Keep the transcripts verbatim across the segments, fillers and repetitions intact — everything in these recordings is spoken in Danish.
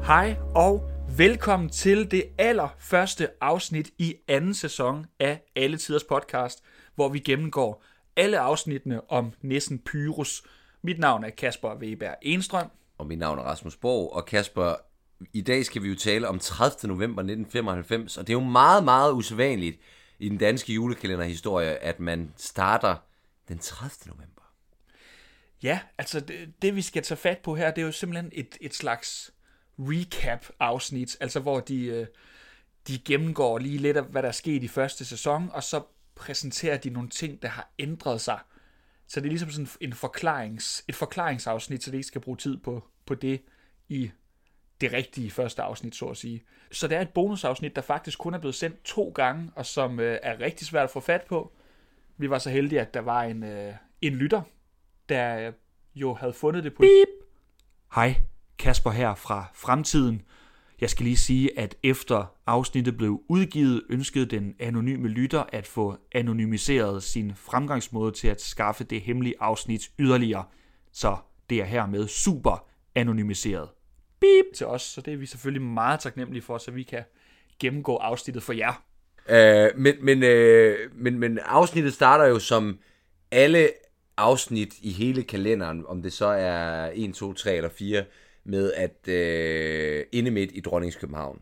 Hej og velkommen til det allerførste afsnit i anden sæson af Alle Tiders Podcast, hvor vi gennemgår alle afsnittene om nissen Pyrus. Mit navn er Kasper Weber Enstrøm. Og mit navn er Rasmus Borg. Og Kasper, i dag skal vi jo tale om tredivte november nitten femoghalvfems, og det er jo meget, meget usædvanligt i den danske julekalenderhistorie, at man starter den tredivte november. Ja, altså det, det vi skal tage fat på her, det er jo simpelthen et, et slags recap-afsnit, altså hvor de, de gennemgår lige lidt af, hvad der er sket i første sæson, og så præsenterer de nogle ting, der har ændret sig. Så det er ligesom sådan en forklarings, et forklaringsafsnit, så det ikke skal bruge tid på, på det i det rigtige første afsnit, så at sige. Så det er et bonusafsnit, der faktisk kun er blevet sendt to gange, og som øh, er rigtig svært at få fat på. Vi var så heldige, at der var en, øh, en lytter, der øh, jo havde fundet det på... Beep! Hej, Kasper her fra Fremtiden. Jeg skal lige sige, at efter afsnittet blev udgivet, ønskede den anonyme lytter at få anonymiseret sin fremgangsmåde til at skaffe det hemmelige afsnit yderligere. Så det er hermed super anonymiseret. Beep til os, så det er vi selvfølgelig meget taknemmelige for, så vi kan gennemgå afsnittet for jer. Øh, men, men, øh, men, men afsnittet starter jo som alle afsnit i hele kalenderen, om det så er en, to, tre eller fire, med at øh, inde midt i Dronningens København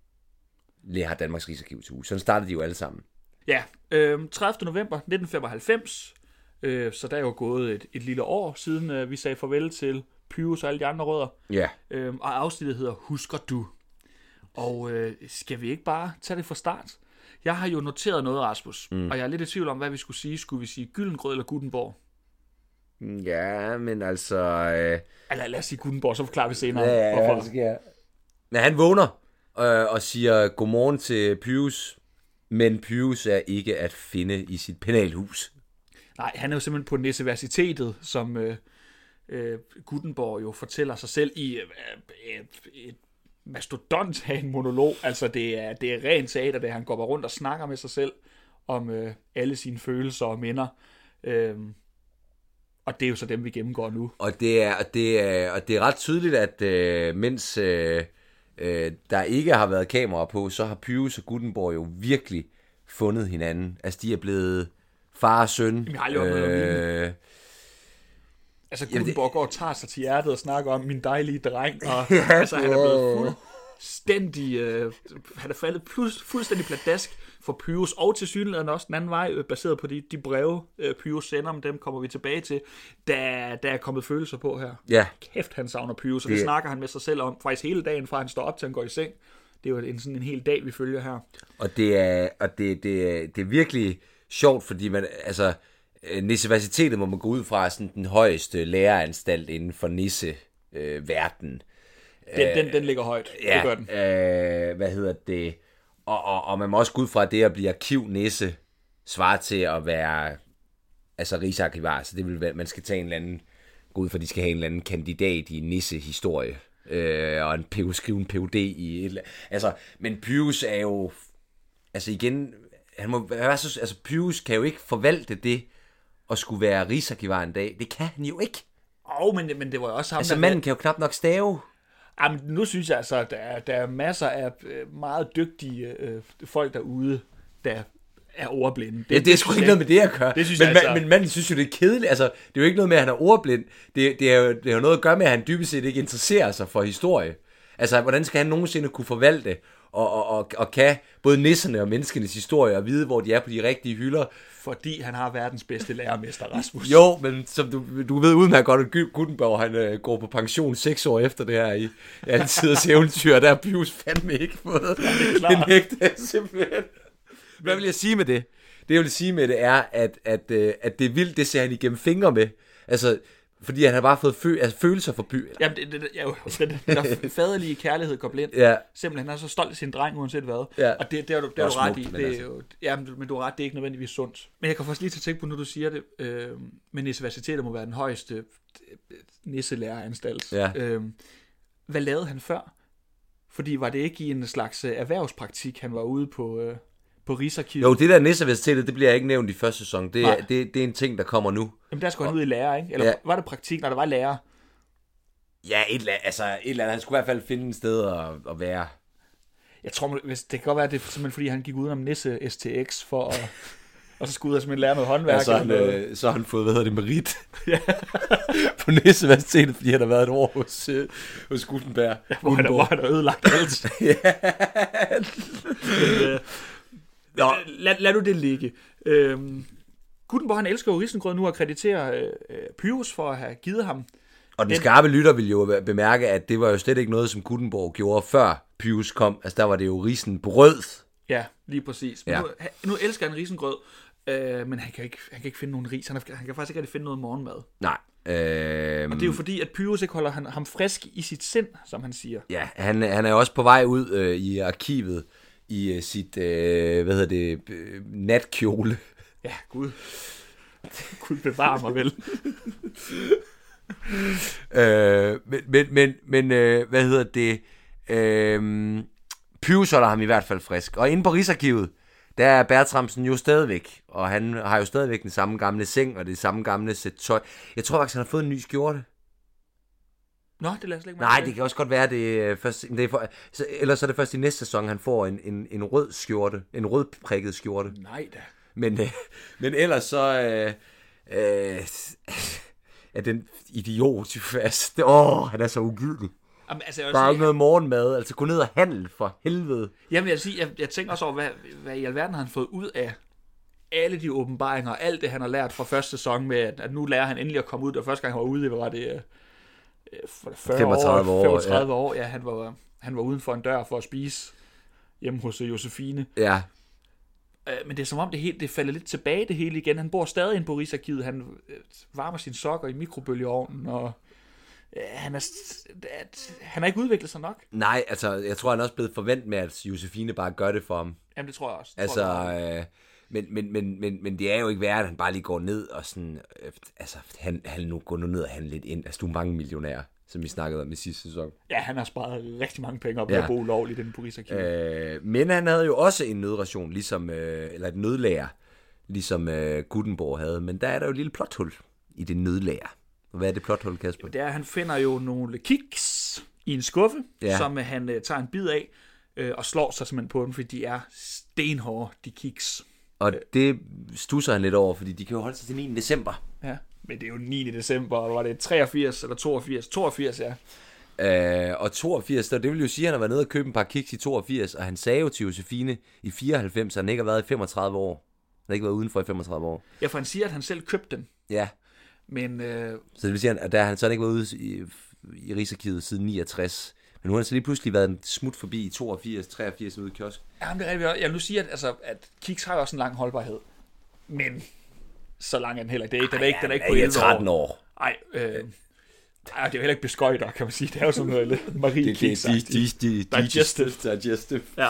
har Danmarks Rigsarkiv til uge. Sådan startede de jo alle sammen. Ja, øh, tredivte november nitten femoghalvfems, øh, så der er jo gået et, et lille år siden øh, vi sagde farvel til Pyrus og alle de andre rødder. Ja. Øh, og afsnittet hedder Husker du? Og øh, skal vi ikke bare tage det fra start? Jeg har jo noteret noget, Rasmus, mm. og jeg er lidt i tvivl om, hvad vi skulle sige. Skulle vi sige Gyldengrød eller Gutenborg? Ja, men altså... Øh... Eller lad os sige Gutenborg, så forklarer vi senere. Ja, ja, ja, det skal jeg. Men han vågner øh, og siger godmorgen til Pyrus, men Pyrus er ikke at finde i sit penalhus. Nej, han er jo simpelthen på Nisseversitetet, som øh, øh, Gutenborg jo fortæller sig selv i øh, et, et mastodont af en monolog. Altså det er, det er rent teater, det han går rundt og snakker med sig selv om øh, alle sine følelser og minder. Øh, Og det er jo så dem, vi gennemgår nu. Og det er, og det er, og det er ret tydeligt, at øh, mens øh, øh, der ikke har været kamera på, så har Pyrus og Gutenborg jo virkelig fundet hinanden. Altså, de er blevet far og søn. Jeg har aldrig oplevet øh, Altså, Gutenborg går og tager sig til hjertet og snakker om min dejlige dreng. Og ja, altså, han er blevet fuldstændig... Øh, han er faldet plus, fuldstændig pladask for Pyrus, og til synligheden også den anden vej, baseret på de, de breve, øh, Pyrus sender, men dem kommer vi tilbage til, der, der er kommet følelser på her. Ja. Kæft, han savner Pyrus, og det, det snakker han med sig selv om, faktisk hele dagen, fra han står op til han går i seng. Det er jo en, sådan en hel dag, vi følger her. Og det er, og det, det, er, det er virkelig sjovt, fordi man, altså, Nisseversitetet må man gå ud fra, sådan den højeste læreranstalt inden for nisse-verden. Øh, den, den, den ligger højt, ja, det gør den. Øh, hvad hedder det... Og, og, og man må også gå ud fra, at det at blive arkivnisse svarer til at være altså rigsarkivar. Så det vil være, man skal tage en eller anden, gå ud fra, at de skal have en eller anden kandidat i nissehistorie. Øh, og en skrive en P H D i et eller andet. Altså, men Pyrus er jo, altså igen, han må være så, altså Pyrus kan jo ikke forvalte det at skulle være rigsarkivar en dag. Det kan han jo ikke. Åh, oh, men, men det var jo også ham, altså, manden kan jo knap nok stave. Jamen, nu synes jeg altså, at der er, der er masser af meget dygtige øh, folk derude, der er ordblinde. Det, ja, det er sgu ikke noget med det at gøre. Det synes men, jeg altså. Men manden synes jo, det er kedeligt. Altså, det er jo ikke noget med, at han er ordblind. Det, det, er jo, det er jo noget at gøre med, at han dybest set ikke interesserer sig for historie. Altså, hvordan skal han nogensinde kunne forvalte og, og, og, og kan både nisserne og menneskenes historie og vide, hvor de er på de rigtige hylder? Fordi han har verdens bedste lærermester, Rasmus. Jo, men som du, du ved udmærket godt, at Gutenberg han øh, går på pension seks år efter det her i altidens eventyr, der er Pyrus fandme ikke fået en ægte, simpelthen. Hvad vil jeg sige med det? Det jeg vil sige med det er, at, at, øh, at det er vildt, det ser han igennem fingre med. Altså, fordi han har bare fået fø- altså, følelser for by. Jamen, det, det, jo, den, den der faderlige kærlighed går blind. Ja. Simpelthen, han er så stolt af sin dreng, uanset hvad. Ja. Og det, det er du, det er du ret i. Det er altså. jo, ja, men du har ret, det er ikke nødvendigvis sundt. Men jeg kan faktisk lige til at tænke på, når du siger det, øh, men Nisseversitetet må være den højeste øh, nisselærerinstalt. Ja. Øh, hvad lavede han før? Fordi var det ikke i en slags erhvervspraktik, han var ude på... Øh, på Rigsarkivet. Jo, det der Nisseversitetet, det bliver ikke nævnt i første sæson. Det er, det, det er en ting, der kommer nu. Jamen, der skulle han ud i lærer, ikke? Eller ja. Var det praktik, når der var lærer? Ja, et eller, andet, altså, et eller andet. Han skulle i hvert fald finde et sted at, at være. Jeg tror, hvis det kan godt være, at det er simpelthen fordi, han gik udenom Nisse S T X for at... og så skulle ud og simpelthen lære noget håndværk. Ja, så, han, øh, så har han fået, hvad hedder det, merit på Nisse Universitetet, fordi han har været et år hos, øh, hos Gutenberg. Ja, hvor, han, hvor han har ødelagt alt. ja. Men, øh, Nå. Lad, lad du det ligge. Øhm, Gutenberg, han elsker jo risengrød nu at kreditere øh, Pyrus for at have givet ham. Og den, den skarpe lytter vil jo bemærke, at det var jo slet ikke noget, som Gutenberg gjorde, før Pyrus kom. Altså, der var det jo risenbrød. Ja, lige præcis. Men ja. nu, nu elsker han risengrød, øh, men han kan, ikke, han kan ikke finde nogen ris. Han, er, han kan faktisk ikke rigtig finde noget morgenmad. Nej. Øh... Og det er jo fordi, at Pyrus ikke holder han, ham frisk i sit sind, som han siger. Ja, han, han er også på vej ud øh, i arkivet i øh, sit, øh, hvad hedder det, øh, natkjole. Ja, Gud. Gud bevarer mig vel. øh, men, men, men, men øh, hvad hedder det, øh, Pyrus holder ham i hvert fald frisk. Og inde på Rigsarkivet, der er Bertramsen jo stadigvæk, og han har jo stadigvæk den samme gamle seng, og det samme gamle sæt tøj. Jeg tror faktisk, han har fået en ny skjorte. Nå, det lader slet ikke Nej, det kan også godt være, det først, det er for, så, ellers er det først i næste sæson, han får en, en, en rød skjorte, en rød prikket skjorte. Nej da. Men, øh, men ellers så øh, øh, er den idiot fast. Åh, han er så ugyldig. Jamen, altså, der er jo ikke noget morgenmad, altså gå ned og handle for helvede. Jamen jeg vil sige, jeg, jeg tænker også over, hvad, hvad i alverden har han fået ud af alle de åbenbaringer, og alt det han har lært fra første sæson med, at, at nu lærer han endelig at komme ud. Det var første gang han var ude, hvad var det, fyrre femogtredive år, femogtredive ja. år, ja, han var, han var uden for en dør for at spise hjemme hos Josefine. Ja. Men det er som om det hele, det falder lidt tilbage det hele igen. Han bor stadig inde på Rigsarkivet, han varmer sine sokker i mikrobølgeovnen, og han er, han har ikke udviklet sig nok. Nej, altså, jeg tror, han er også blevet forventet med, at Josefine bare gør det for ham. Jamen, det tror jeg også. Det altså, jeg øh, men, men, men, men, men det er jo ikke værd, at han bare lige går ned og sådan, øh, altså, han, han nu går nu ned og handler lidt ind. Altså, du er mange millionærer, som vi snakkede om i sidste sæson. Ja, han har sparet rigtig mange penge op ja. at bo lovligt inde på Rigsarkivet. Øh, men han havde jo også en nødration, ligesom, øh, eller et nødlager, ligesom øh, Gutenberg havde. Men der er der jo et lille plothul i det nødlager. Hvad er det plothul, Kasper? Det er, at han finder jo nogle kiks i en skuffe, ja. som han uh, tager en bid af, uh, og slår sig simpelthen på dem, fordi de er stenhårde, de kiks. Og det stusser han lidt over, fordi de kan jo holde sig til niende december. Ja, men det er jo niende december, og var det treogfirs eller toogfirs? toogfirs, ja. Uh, og toogfirs, det vil jo sige, at han har været nede og købe en par kiks i toogfirs, og han sagde jo til Josefine i fireoghalvfems, at han ikke har været i femogtredive år. Han har ikke været udenfor i femogtredive år. Ja, for han siger, at han selv købte dem. Ja. Men, øh... Så det vil sige, at der har han så ikke været ude i, i Rigsarkivet siden niogtres. Men nu har han så lige pludselig været en smut forbi i toogfirs, treogfirs ude i kiosk. Ja, det er rigtigt. Jeg vil nu sige, at, altså, at kiks har jo også en lang holdbarhed. Men så lang er den heller ikke. Den er, Ej, ikke, den er ikke på elleve tretten år. Nej, øh... Ej, det er jo heller ikke beskøjter, kan man sige. Det er jo sådan noget Marie kiks. Digestive. Digestive. Ja.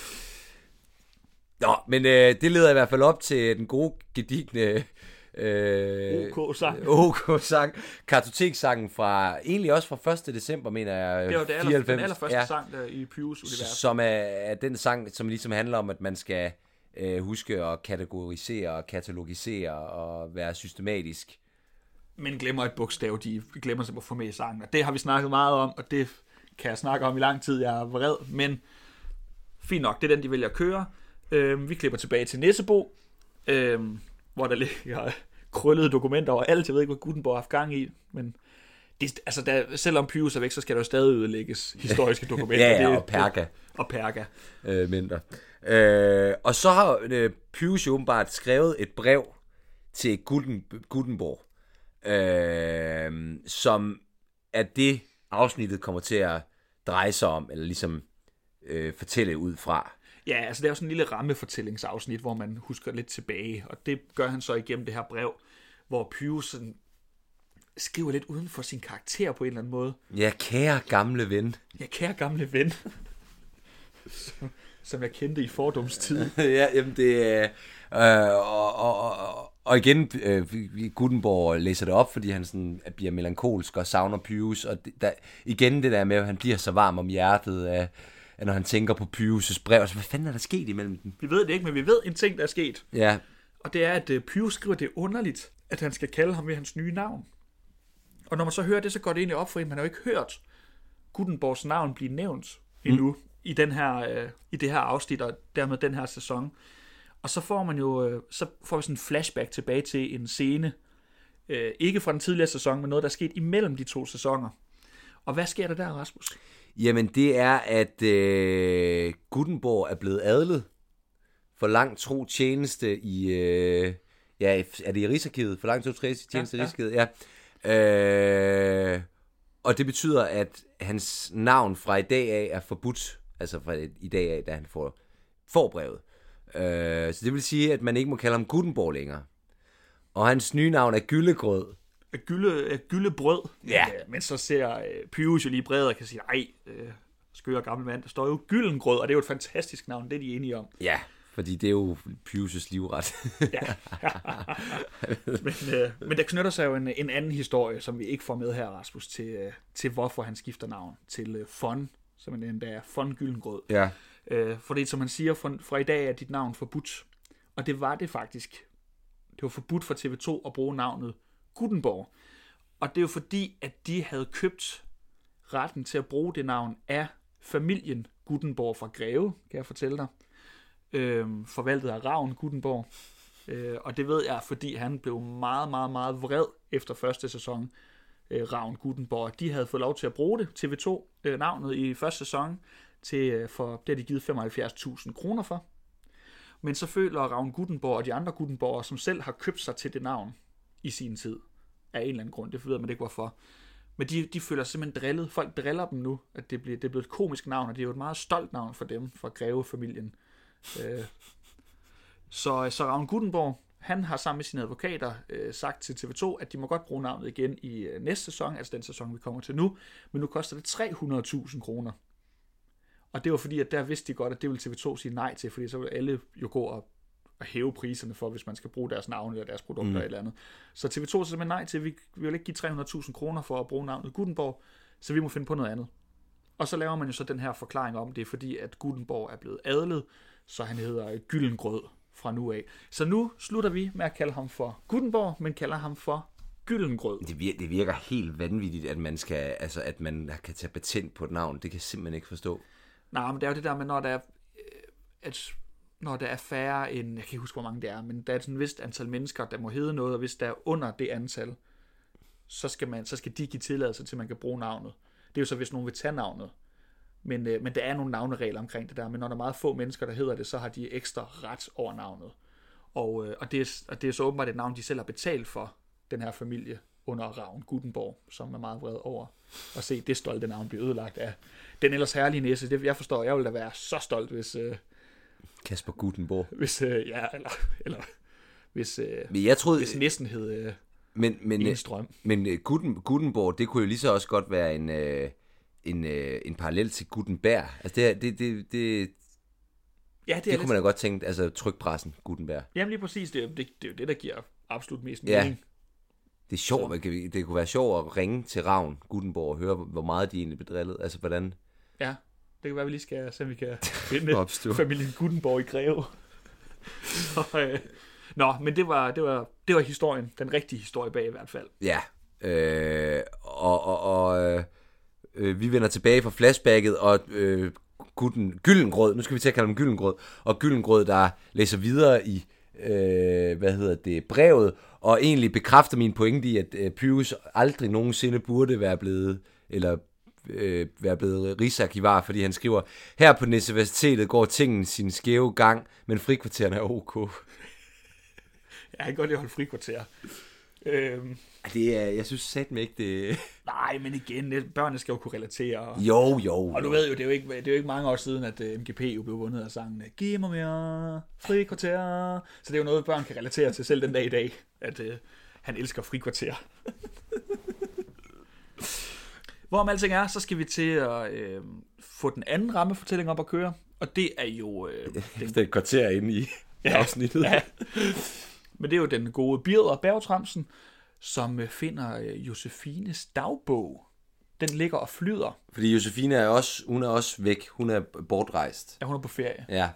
Nå, men øh, det leder i hvert fald op til den gode, gedigne... Øh, OK-sang. OK-sang. Kartoteksangen fra, egentlig også fra første december, mener jeg. Det var det aller, den allerførste ja, sang der i Pyrus univers. Som er, er den sang, som ligesom handler om, at man skal øh, huske at kategorisere og katalogisere og være systematisk. Men glemmer et bogstav, de glemmer sig at få med i sangen. Og det har vi snakket meget om, og det kan jeg snakke om i lang tid. Jeg er vred, men fint nok, det er den, de vælger at køre. Øh, vi klipper tilbage til Nissebo. Øh, hvor der ligger krøllede dokumenter over alt. Jeg ved ikke, hvad Gutenberg har haft gang i, men det, altså der, selvom Pyrus er væk, så skal der jo stadig udlægges historiske dokumenter. ja, ja, det, og Perga. Og Perga. Øh, mindre. Øh, og så har øh, Pyrus jo åbenbart skrevet et brev til Guten, Gutenberg, øh, som er det afsnittet kommer til at dreje sig om, eller ligesom øh, fortælle ud fra. Ja, altså det er jo sådan en lille rammefortællingsafsnit, hvor man husker lidt tilbage, og det gør han så igennem det her brev, hvor Pyrus skriver lidt uden for sin karakter på en eller anden måde. Ja, kære gamle ven. Ja, kære gamle ven. som, som jeg kendte i fordomstid. ja, jamen det er... Øh, og, og, og, og igen, øh, Gutenberg læser det op, fordi han sådan bliver melankolsk og savner Pyrus, og det, der, igen det der med, at han bliver så varm om hjertet af... når han tænker på Pyrus' brev, så hvad fanden er der sket imellem dem? Vi ved det ikke, men vi ved en ting, der er sket. Ja. Og det er, at Pyrus skriver, det er underligt, at han skal kalde ham ved hans nye navn. Og når man så hører det, så går det egentlig op for en. Man har jo ikke hørt Guttenborgs navn blive nævnt endnu mm. i, den her, øh, i det her afsnit, og dermed den her sæson. Og så får man jo øh, så får vi sådan en flashback tilbage til en scene, øh, ikke fra den tidligere sæson, men noget, der er sket imellem de to sæsoner. Og hvad sker der der, Rasmus? Jamen, det er, at øh, Guttenborg er blevet adlet for lang tro tjeneste i... Øh, ja, er det i Rigsarkivet? For lang tro tjeneste ja, i Rigsarkivet, ja. ja. Øh, og det betyder, at hans navn fra i dag af er forbudt. Altså fra i dag af, da han får, får brevet. Øh, så det vil sige, at man ikke må kalde ham Guttenborg længere. Og hans nye navn er Gyllegrød. Gylde, gyldebrød. Ja. Men, men så ser øh, Pyrus jo lige brevet og kan sige, ej, øh, skøre gammel mand, der står jo Gyllengrød, og det er jo et fantastisk navn, det er de enige om. Ja, fordi det er jo Pyrus' livret. ja. men, øh, men der knytter sig jo en, en anden historie, som vi ikke får med her, Rasmus, til, øh, til hvorfor han skifter navn til øh, Fon, som endda er Fon Gyllengrød. Ja. Øh, fordi som man siger, fra, fra i dag er dit navn forbudt. Og det var det faktisk. Det var forbudt for T V to at bruge navnet Guttenborg. Og det er jo fordi, at de havde købt retten til at bruge det navn af familien Guttenborg fra Greve, kan jeg fortælle dig. Øhm, forvaltet af Ravn Guttenborg. Øh, og det ved jeg, fordi han blev meget, meget, meget vred efter første sæson. Øh, Ravn Guttenborg. De havde fået lov til at bruge det, T V to-navnet øh, i første sæson, til, øh, for det har de givet femoghalvfjerds tusind kroner for. Men så føler Ravn Guttenborg og de andre Guttenborgere, som selv har købt sig til det navn i sin tid, af en eller anden grund, det ved man ikke hvorfor. Men de, de føler simpelthen drillet. Folk driller dem nu, at det bliver, det er blevet et komisk navn, og det er jo et meget stolt navn for dem, for Greve-familien. øh. Så, så Ravn Guttenborg, han har sammen med sine advokater øh, sagt til T V to, at de må godt bruge navnet igen i øh, næste sæson, altså den sæson, vi kommer til nu, men nu koster det tre hundrede tusind kroner. Og det var fordi, at der vidste de godt, at det ville T V to sige nej til, fordi så ville alle jo gå og, og hæve priserne for, hvis man skal bruge deres navn eller deres produkter mm. eller et eller andet. Så T V to sagde simpelthen nej til, vi, vi vil ikke give tre hundrede tusind kroner for at bruge navnet Guttenborg, så vi må finde på noget andet. Og så laver man jo så den her forklaring om, det er fordi, at Guttenborg er blevet adlet, så han hedder Gyllengrød fra nu af. Så nu slutter vi med at kalde ham for Guttenborg, men kalder ham for Gyllengrød. Det virker, det virker helt vanvittigt, at man skal, altså at man kan tage patent på et navn. Det kan jeg simpelthen ikke forstå. Nej, men det er jo det der med, når der er, at når der er færre end, jeg kan ikke huske, hvor mange det er, men der er sådan et vist antal mennesker, der må hedde noget, og hvis der er under det antal, så skal, man, så skal de give tilladelse til, at man kan bruge navnet. Det er jo så, hvis nogen vil tage navnet. Men, men der er nogle navneregler omkring det der, men når der er meget få mennesker, der hedder det, så har de ekstra ret over navnet. Og, og, det, er, og det er så åbenbart et navn, de selv har betalt for, den her familie under Ravn Guttenborg, som er meget vred over at se det stolte navn blive ødelagt af den ellers herlige næse. Det, jeg forstår, jeg ville da være så stolt, hvis... Øh, Kasper Guttenborg. Hvis, øh, ja, eller... eller hvis, øh, men jeg troede, hvis næsten hed øh, men, men, Enstrøm. Men uh, Gutten, Guttenborg, det kunne jo lige så også godt være en, uh, en, uh, en parallel til Guttenberg. Altså det, det, det, det, ja, det, det er kunne lidt... man da godt tænke, altså trykpressen Guttenberg. Jamen lige præcis, det, det, det er jo det, der giver absolut mest ja. mening. Det er sjovt, det, det kunne være sjovt at ringe til Ravn Guttenborg og høre, hvor meget de egentlig blev drillet. Altså hvordan... Ja, det kan være, vi lige skal se, om vi kan finde familien Guttenborg i Greve. Og, øh, nå, men det var, det, var, det var historien, den rigtige historie bag i hvert fald. Ja, øh, og, og, og øh, vi vender tilbage fra flashbacket, og øh, Gutten, Gyllengrød, nu skal vi til at kalde ham Gyllengrød, og Gyllengrød, der læser videre i, øh, hvad hedder det, brevet, og egentlig bekræfter min pointe i, at øh, Pyrus aldrig nogensinde burde være blevet, eller øh, være blevet rigsarkivar, fordi han skriver, her på universitetet går tingene sin skæve gang, men frikvartererne er ok. Jeg kan godt lide at holde frikvarter. Øhm, det er, jeg synes satme ikke det... Nej, men igen, børnene skal jo kunne relatere. Og, jo, jo. Og du ved jo, det er jo ikke, det er jo ikke mange år siden, at M G P jo blev vundet af sangen, giv mig mere frikvarter. Så det er jo noget, børn kan relatere til selv den dag i dag, at øh, han elsker frikvarter. Hvorom alting er, så skal vi til at øh, få den anden rammefortælling op at køre, og det er jo... Øh, den... Det er et kvarter inde i ja, afsnittet. Ja. Men det er jo den gode Birger Bergtramsen, som finder Josefines dagbog. Den ligger og flyder. Fordi Josefine er også, hun er også væk. Hun er bortrejst. Ja, hun er på ferie. Ja.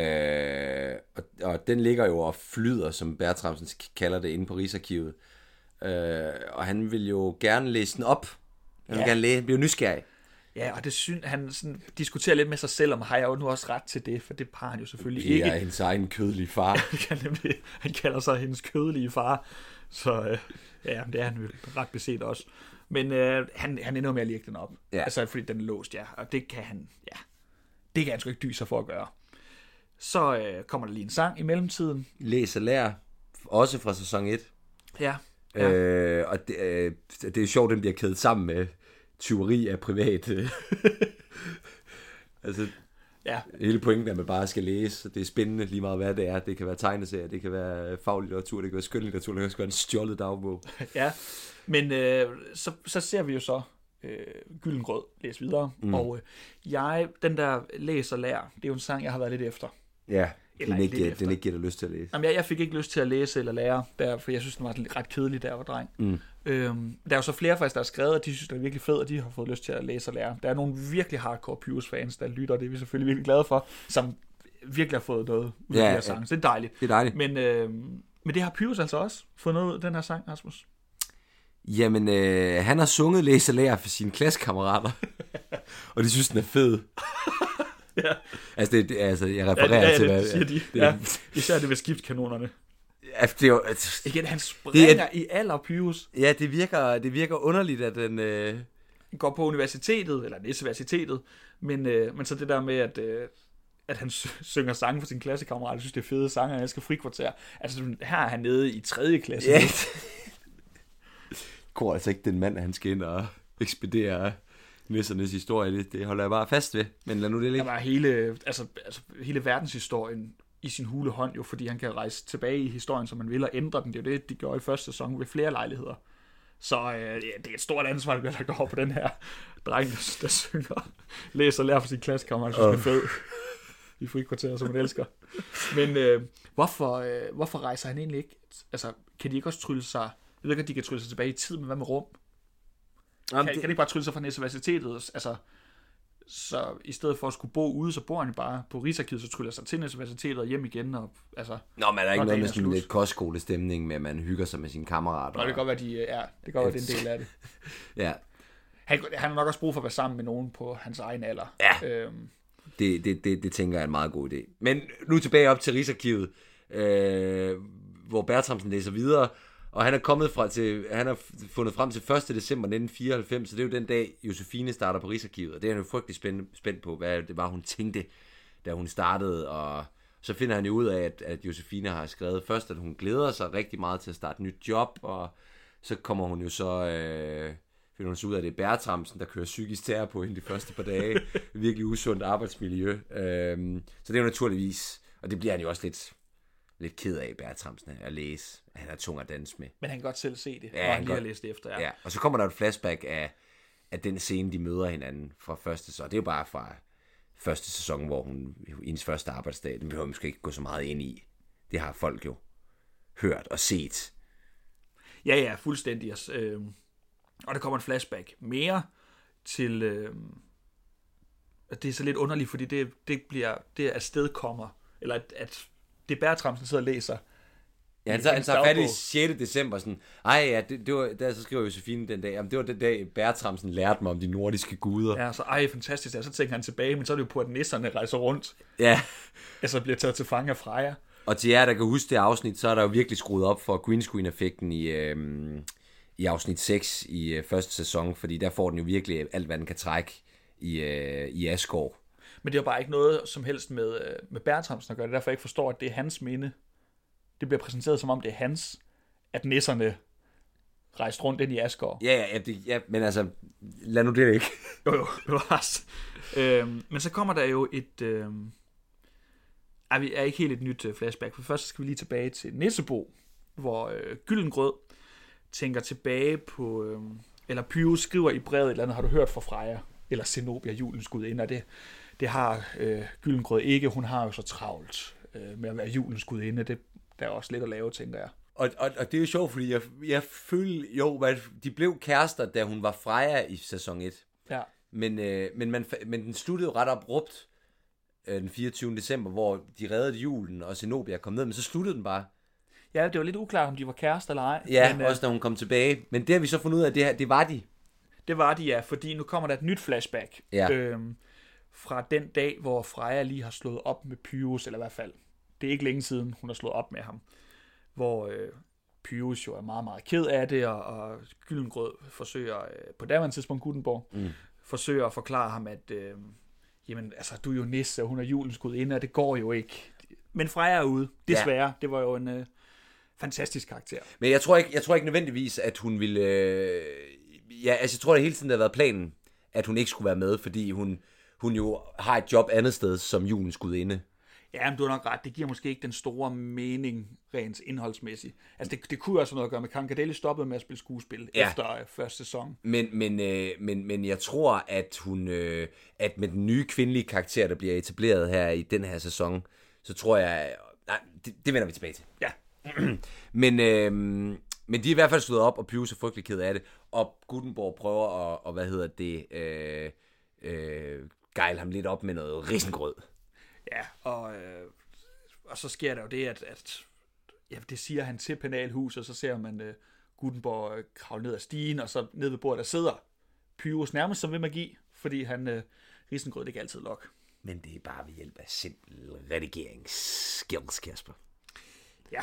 Øh, og, og den ligger jo og flyder, som Bergtramsen kalder det, inde på Rigsarkivet. øh, og han vil jo gerne læse den op. Han vil Ja. gerne læse, blive nysgerrig. Ja, og det synes han sådan, diskuterer lidt med sig selv, om har jeg jo nu også ret til det, for det har han jo selvfølgelig Det ikke. er hendes egen kødelige far. Han, nemlig, han kalder sig hendes kødelige far, så øh, ja, det er han jo ret beset også. Men øh, han, han ender med at lægge den op, Ja. altså fordi den er låst, ja, og det kan han, ja, det kan han sgu ikke dyse sig for at gøre. Så øh, kommer der lige en sang i mellemtiden. Læs og lær, også fra sæson et. Ja, ja. Øh, og det, øh, det er jo sjovt, den bliver kædet sammen med tyveri af privat. øh. altså, ja. hele pointen er, at man bare skal læse. Det er spændende lige meget, hvad det er. Det kan være tegneserier, det kan være faglitteratur, det kan være skønlitteratur, det kan også være en stjålet dagbog. Ja, men øh, så, så ser vi jo så øh, Gyldengrød læse videre, mm. og øh, jeg, den der læs og lær, det er jo en sang, jeg har været lidt efter. Ja, Eller den ikke ikke, lidt den ikke giver dig lyst til at læse. Jamen, jeg, jeg fik ikke lyst til at læse eller lære, der, for jeg synes, den var ret kedelig, da jeg var dreng. Mm. Øhm, der er jo så flere faktisk, der har skrevet, at de synes, den er virkelig fed, og de har fået lyst til at læse og lære. Der er nogle virkelig hardcore Pyrus-fans, der lytter, og det er vi selvfølgelig virkelig glade for, som virkelig har fået noget ud af Ja, de her ja. sange. Så det er dejligt. Det er dejligt. Men, øh, men det har Pyrus altså også fået noget ud af den her sang, Rasmus. Jamen, øh, han har sunget læs og lær for sine klassekammerater, og de synes, den er fed. Ja. Altså, det, det, altså jeg refererer ja, ja, til, det, hvad... det siger de. Det, Ja. Især det ved skiftkanonerne. ja, det er jo, altså, Igen, han springer det er, i alder, Pyrus. ja, det virker, det virker underligt, at den... Øh, Går på universitetet, eller universitetet, men, øh, men så det der med, at, øh, at han sy- synger sange for sin klassekammerat, jeg synes, det er fede sange, og jeg skal frikvarter. Altså, her er han nede i tredje klasse. ja. Går altså ikke den mand, han skal ind og ekspedere nissernes historie. Det, det holder jeg bare fast ved. Men lad nu det Der ligge. var hele, altså, altså, hele verdenshistorien i sin hule hånd, jo, fordi han kan rejse tilbage i historien, som man vil, og ændre den. Det er jo det, de gjorde i første sæson ved flere lejligheder. Så øh, ja, det er et stort ansvar, der bliver lagt over på den her dreng, der, der synger, læser og lærer for sin klassekammerat, synes, det er fed i frikvarteret, som man elsker. Men øh, hvorfor, øh, hvorfor rejser han egentlig ikke? Altså, kan de ikke også trylle sig? Jeg ved ikke, at de kan trylle sig tilbage i tid, men hvad med rum? Jamen, Kan, det, kan de ikke bare trylle sig fra universitetet? Altså, så i stedet for at skulle bo ude, så bor han bare på Rigsarkivet, så tryller sig til universitetet og hjem igen. Og, altså, Nå, men er der ikke Nå, noget dagen med er sådan slut. lidt kostskolestemning med, at man hygger sig med sine kammerater? og det kan godt være, de er, det kan godt være, det er en del af det. Ja, Han, han har nok også brug for at være sammen med nogen på hans egen alder. Ja. Øhm, det, det, det, det tænker jeg er en meget god idé. Men nu tilbage op til Rigsarkivet, øh, hvor Bertramsen læser videre, og han er kommet fra til, han har fundet frem til første december nitten fireoghalvfems, så det er jo den dag, Josefine starter på Rigsarkivet, og det er han jo frygtelig spændt, spændt på, hvad det var, hun tænkte, da hun startede, og så finder han jo ud af, at, at Josefine har skrevet først, at hun glæder sig rigtig meget til at starte et nyt job, og så kommer hun jo så, øh, finder hun så ud af, at det er Bertramsen, der kører psykisk terror på hende de første par dage, virkelig usundt arbejdsmiljø, øh, så det er jo naturligvis, og det bliver han jo også lidt, lidt ked af, Bertramsen, at læse, at han er tung at danse med. men han kan godt selv se det, Ja, og han han lige godt- har læst det efter. Ja. Ja, og så kommer der et flashback af, af den scene, de møder hinanden fra første sæson. Det er jo bare fra første sæson, hvor hun, hendes første arbejdsdag, den behøver man måske ikke gå så meget ind i. Det har folk jo hørt og set. Ja, ja, fuldstændig. Øh, og der kommer en flashback mere til... Øh, det er så lidt underligt, fordi det, det bliver det afsted kommer, eller at, at det Bertramsen sidder og læser. Ja, han, I tager, han hendes tager fat i dagbog. sjette december, sådan, ej ja, det, det var, der så skriver Josefine den dag, jamen det var den dag, Bertramsen lærte mig om de nordiske guder. Ja, så ej, fantastisk. Ja, så tænker han tilbage, men så er det jo på, at nisserne rejser rundt, Ja. altså bliver taget til fange af Freja. Og til jer, der kan huske det afsnit, så er der jo virkelig skruet op for green screen-effekten i, øhm, i afsnit seks i øh, første sæson, fordi der får den jo virkelig alt, hvad den kan trække i, øh, i Asgård. Men det er jo bare ikke noget som helst med, øh, med Bertramsen at gøre. Det er derfor, jeg ikke forstår, at det er hans minde. Det bliver præsenteret som om, det er hans, at nisserne rejste rundt ind i Asgård. Ja, ja, ja, det, ja, men altså, lad nu det ikke. Jo, jo, bevares. øhm, men så kommer der jo et... Øhm, ej, vi er ikke helt et nyt øh, flashback. For først skal vi lige tilbage til Nissebo, hvor øh, Gyldengrød tænker tilbage på... Øh, eller Pyrus skriver i brevet et eller andet, har du hørt fra Freja? Eller Zenobia, julens gudinde, og det, det har øh, Gyldengrød ikke. Hun har jo så travlt øh, med at være julens gudinde. Det der er også lidt at lave, tænker jeg. Og, og, og det er jo sjovt, fordi jeg, jeg følte, jo, hvad, de blev kærester, da hun var Freja i sæson et. Ja. Men, øh, men, man, men den sluttede jo ret abrupt øh, den fireogtyvende december, hvor de reddede julen, og Zenobia kom ned, men så sluttede den bare. Ja, det var lidt uklart, om de var kærester eller ej. Ja, men, også da hun kom tilbage. Men det har vi så fundet ud af, at det, her, det var de. Det var de, ja, fordi nu kommer der et nyt flashback. Ja. Øhm, fra den dag, hvor Freja lige har slået op med Pyrus, eller i hvert fald, det er ikke længe siden, hun har slået op med ham. Hvor øh, Pyrus jo er meget, meget ked af det, og, og Gyldengrød forsøger, øh, på daværende tidspunkt Gutenborg, mm. forsøger at forklare ham, at øh, jamen, altså, du er jo nisse, og hun er julens gudinde, og det går jo ikke. Men Freja er ude, desværre. Ja. Det var jo en øh, fantastisk karakter. Men jeg tror ikke, jeg tror ikke nødvendigvis, at hun ville... Øh... Ja, altså jeg tror, det hele tiden har været planen, at hun ikke skulle være med, fordi hun, hun jo har et job andet sted som julens gudinde. Ja, men du har nok ret. Det giver måske ikke den store mening rent indholdsmæssigt. Altså, det, det kunne også noget at gøre med Kankadeli stoppede med at spille skuespil ja. efter øh, første sæson. Men, men, øh, men, men jeg tror, at hun, øh, at med den nye kvindelige karakter, der bliver etableret her i den her sæson, så tror jeg... Nej, det, det vender vi tilbage til. Ja. men, øh, men de er i hvert fald stået op, og Pyrus er frygtelig ked af det. Og Gutenborg prøver at, og, hvad hedder det, øh, øh, gejle ham lidt op med noget risengrød. Ja, og, øh, og så sker der jo det, at, at ja, det siger han til penalhuset, og så ser man øh, Gutenborg øh, kravle ned ad stigen, og så ned ved bordet, der sidder Pyrus nærmest som ved magi, fordi han øh, risengrød, det kan altid lok. Men det er bare ved hjælp af simpel redigeringsskills, Kasper. Ja.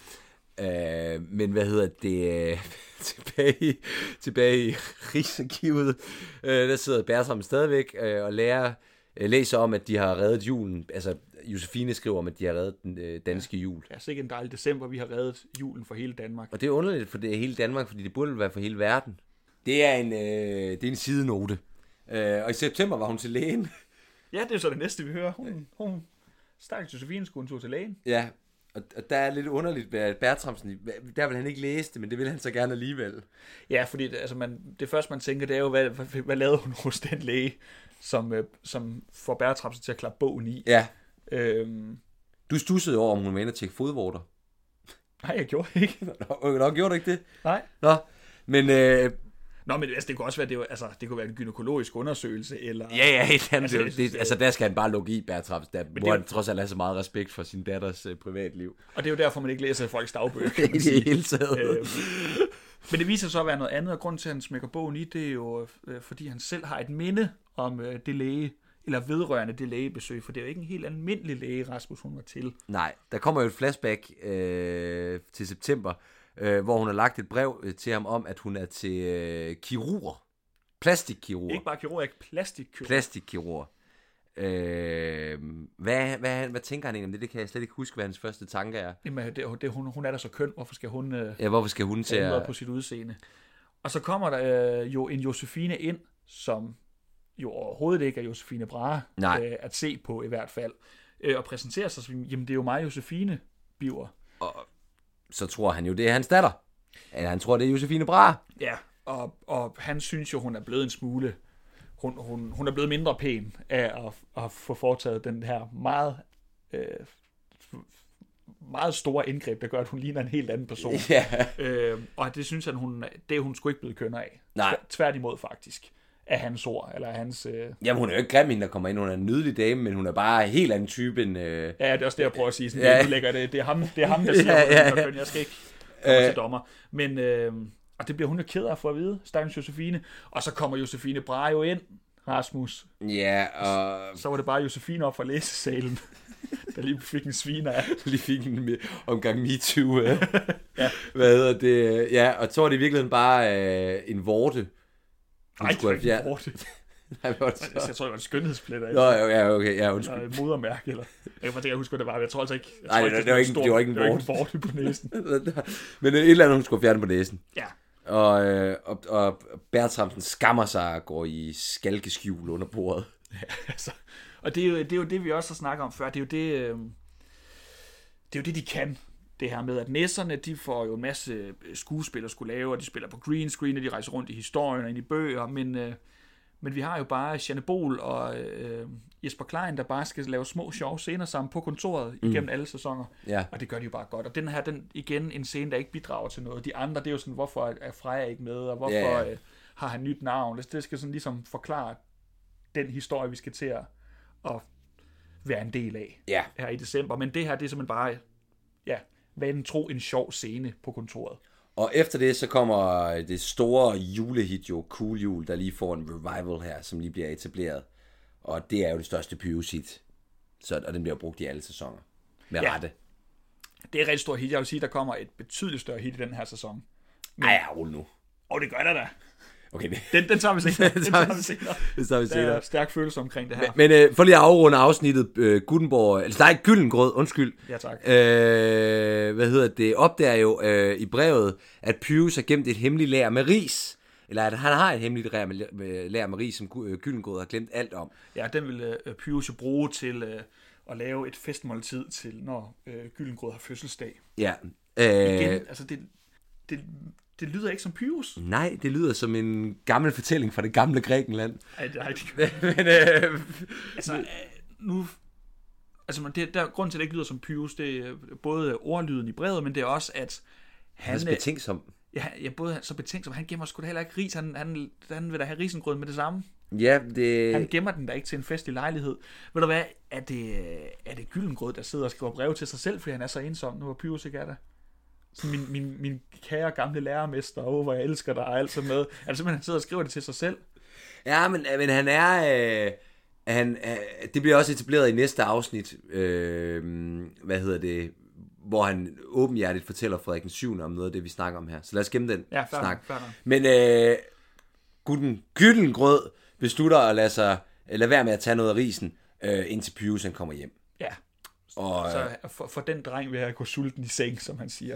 Øh, men hvad hedder det? tilbage, tilbage i Rigsarkivet, øh, der sidder Bertram stadigvæk øh, og lærer, øh, læser om, at de har reddet julen. Altså, Josefine skriver om, at de har reddet den øh, danske jul. Ja, sikkert en dejlig december, vi har reddet julen for hele Danmark. Og det er underligt, for det er hele Danmark, fordi det burde være for hele verden. Det er en, øh, det er en sidenote. Øh, og i september var hun til lægen. Ja, det er så det næste, vi hører. Hun, hun stakkels Josefine skulle hun tog til lægen. Ja, og, og der er lidt underligt ved at Bertramsen, der vil han ikke læse det, men det vil han så gerne alligevel. Ja, fordi det, altså man, det første, man tænker, det er jo, hvad, hvad, hvad lavede hun hos den læge, som, øh, som får Bertramsen til at klappe bogen i. Ja. Øhm, du stussede over, om hun var inde og tjekke fodvorter. Nej, jeg gjorde ikke. Nå, nå, gjorde du ikke det? Nej. Nå, men... Øh, Nå, men altså, det kunne også være, det, var, altså, det kunne være en gynækologisk undersøgelse, eller... Ja, ja, helt andet. Altså, det, det, altså, der skal han bare lukke i, Bertram, der hvor det, han trods alt have så meget respekt for sin datters øh, privatliv. Og det er jo derfor, man ikke læser folks dagbøger. I det hele taget. Øh, men det viser så at være noget andet, og grunden til, at han smækker bogen i, det er jo, øh, fordi han selv har et minde om øh, det læge, eller vedrørende det lægebesøg, for det er jo ikke en helt almindelig læge, Rasmus, hun var til. Nej, der kommer jo et flashback øh, til september, øh, hvor hun har lagt et brev øh, til ham om, at hun er til øh, kirurg. Plastikkirurg. Ikke bare kirurg, ikke plastikkirurg. Plastikkirurg. Øh, hvad, hvad, hvad tænker han egentlig om det? Det kan jeg slet ikke huske, hvad hans første tanke er. Jamen, det, det, hun, hun er da så køn, hvorfor skal hun... Øh, ja, hvorfor skal hun til at... på sit udseende. Og så kommer der øh, jo en Josefine ind, som jo overhovedet ikke er Josefine Brahe øh, at se på i hvert fald, øh, og præsenterer sig som, jamen det er jo mig, Josefine Biver. Og så tror han jo, det er hans datter. Eller han tror, det er Josefine Brahe. Ja, og, og han synes jo, hun er blevet en smule, hun, hun, hun er blevet mindre pæn af at, at få foretaget den her meget, øh, meget store indgreb, der gør, at hun ligner en helt anden person. Ja. Øh, og det synes han, hun, det er hun sgu ikke blevet kønner af. Nej. Tværtimod faktisk. Af hans ord, eller af hans... Øh... Jamen, hun er jo ikke grim, hende, der kommer ind. Hun er en nydelig dame, men hun er bare en helt anden type end... Øh... Ja, det er også det, jeg prøver at sige. Sådan, ja. det, lægger det. Det er ham, det er ham der siger, ja, ja, ja. Jeg skal ikke komme øh... til dommer. Men, øh... og det bliver hun jo ked af for at vide, stakkels Josefine. Og så kommer Josefine Brahe jo ind, Rasmus. Ja, og... Så var det bare Josefine op fra læsesalen, der lige fik en sviner af. Lige fik en omgang MeToo. Ja. Ja. Hvad hedder det? Ja, og så var det i virkeligheden bare øh, en vorte. Nej, det var ikke en vorte. Jeg tror, det var en skønhedsplet. Nå, ja, okay, ja, undskyld. Eller et modermærke, eller... Jeg kan ikke huske, hvad det var. Jeg tror altså ikke... Nej, det, det, det, var ikke, det var ikke en vorte. Det var ikke en vorte på næsen. Men et eller andet, hun skulle fjerne på næsen. Ja. Og, og, og Bertramsen skammer sig og går i skalkeskjul under bordet. Ja, altså. Og det er, jo, det er jo det, vi også har snakket om før. Det er jo det, øh, det er jo det, de kan. Det her med, at næsserne, de får jo en masse skuespillere skulle lave, og de spiller på green screen, og de rejser rundt i historien og ind i bøger, men, øh, men vi har jo bare Jeanne Bol og øh, Jesper Klein, der bare skal lave små sjove scener sammen på kontoret mm. igennem alle sæsoner, ja. Og det gør de jo bare godt. Og den her, den igen en scene, der ikke bidrager til noget. De andre, det er jo sådan, hvorfor er Freja ikke med, og hvorfor yeah. øh, har han nyt navn? Det, det skal sådan ligesom forklare den historie, vi skal til at, at være en del af yeah. her i december. Men det her, det er simpelthen bare... Ja, vanen tro en sjov scene på kontoret. Og efter det, så kommer det store julehit jo, Cool Jul, der lige får en revival her, som lige bliver etableret. Og det er jo det største Pyrus-hit. Så, og den bliver brugt i alle sæsoner. Med ja. rette. Det er et rigtig stort hit. Jeg vil sige, der kommer et betydeligt større hit i den her sæson. Men... Ej, ja, nu. Og det gør der da. Okay, det... Den, den tager vi senere. Den tager vi senere. Det tager vi senere. Der er stærk følelse omkring det her. Men, men øh, for lige at afrunde afsnittet, øh, Gutenborg, eller nej, Gyllengrød, undskyld. Ja, tak. Øh, hvad hedder det? Opdager jo øh, i brevet, at Pyrus har gemt et hemmeligt lager med ris. Eller at han har et hemmeligt lager med, med, lager med ris, som øh, Gyllengrød har glemt alt om. Ja, den vil øh, Pyrus jo bruge til øh, at lave et festmåltid til, når øh, Gyllengrød har fødselsdag. Ja. Øh... Igen, altså det... det Det lyder ikke som Pyrus. Nej, det lyder som en gammel fortælling fra det gamle Grækenland. Nej, det er ikke. Men, øh, altså, nu... Altså, det, der, grunden til, at det ikke lyder som Pyrus, det er både ordlyden i brevet, men det er også, at han... Han er så betænksom. Ja, ja, både så betænksom. Han gemmer sgu da heller ikke ris. Han, han, han vil da have risengrød med det samme. Ja, det... Han gemmer den da ikke til en festlig lejlighed. Ved du hvad? Er det, er det Gyllengrød, der sidder og skriver breve til sig selv, fordi han er så ensom? Nu er Pyrus ikke er der. Så min, min, min kære gamle lærermester, åh, hvor jeg elsker dig, og alt sådan noget. Altså simpelthen, han sidder og skriver det til sig selv. Ja, men, men han er... Øh, han, øh, det bliver også etableret i næste afsnit, øh, hvad hedder det, hvor han åbenhjertigt fortæller Frederik den syvende om noget af det, vi snakker om her. Så lad os gemme den ja, færdig, snak. Færdig. Men øh, Guden Gyllengrød beslutter at lade, sig, lade være med at tage noget af risen, øh, indtil Pyrus han kommer hjem. Ja, og, så for, for den dreng vil jeg gå sulten i seng, som han siger.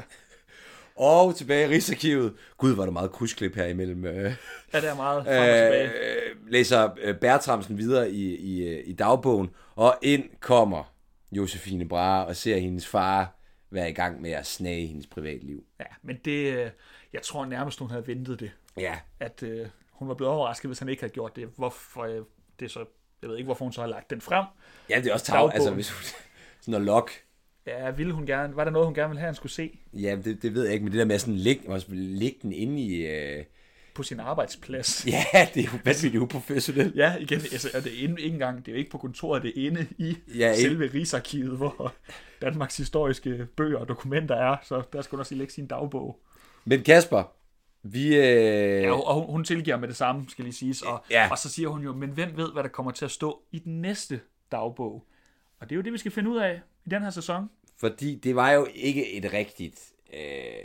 Og tilbage i Rigsarkivet. Gud, var der meget krydsklip her imellem. Øh, ja, det er meget frem og tilbage. Øh, læser øh, Bertramsen videre i, i, i dagbogen, og ind kommer Josefine Brahe og ser hendes far være i gang med at snage hendes privatliv. Ja, men det, jeg tror nærmest, hun havde ventet det. Ja. At øh, hun var blevet overrasket, hvis han ikke havde gjort det. Hvorfor, øh, det er så, jeg ved ikke, hvorfor hun så har lagt den frem. Ja, det er også tag, altså hvis hun, sådan noget lok. Ja, ville hun gerne, var der noget, hun gerne ville have, han skulle se? Ja, det, det ved jeg ikke, men det der med at sådan lægge, lægge den inde i... Øh... På sin arbejdsplads. Ja, det er jo vanvittigt uprofessionelt. Ja, igen, altså, er det inde, ikke engang, det er jo ikke på kontoret, det er inde i ja, selve ind... Rigsarkivet, hvor Danmarks historiske bøger og dokumenter er, så der skal hun også lægge sin dagbog. Men Kasper, vi... Øh... Ja, og hun, hun tilgiver med det samme, skal lige siges, og, ja. og så siger hun jo, men hvem ved, hvad der kommer til at stå i den næste dagbog? Og det er jo det, vi skal finde ud af i den her sæson. Fordi det var jo ikke et rigtigt øh,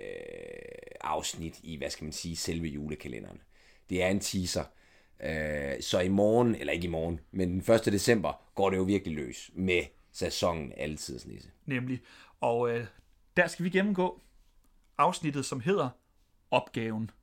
afsnit i, hvad skal man sige, selve julekalenderen. Det er en teaser. Øh, så i morgen, eller ikke i morgen, men den første december, går det jo virkelig løs med sæsonen Altidets Nisse. Nemlig. Og øh, der skal vi gennemgå afsnittet, som hedder Opgaven.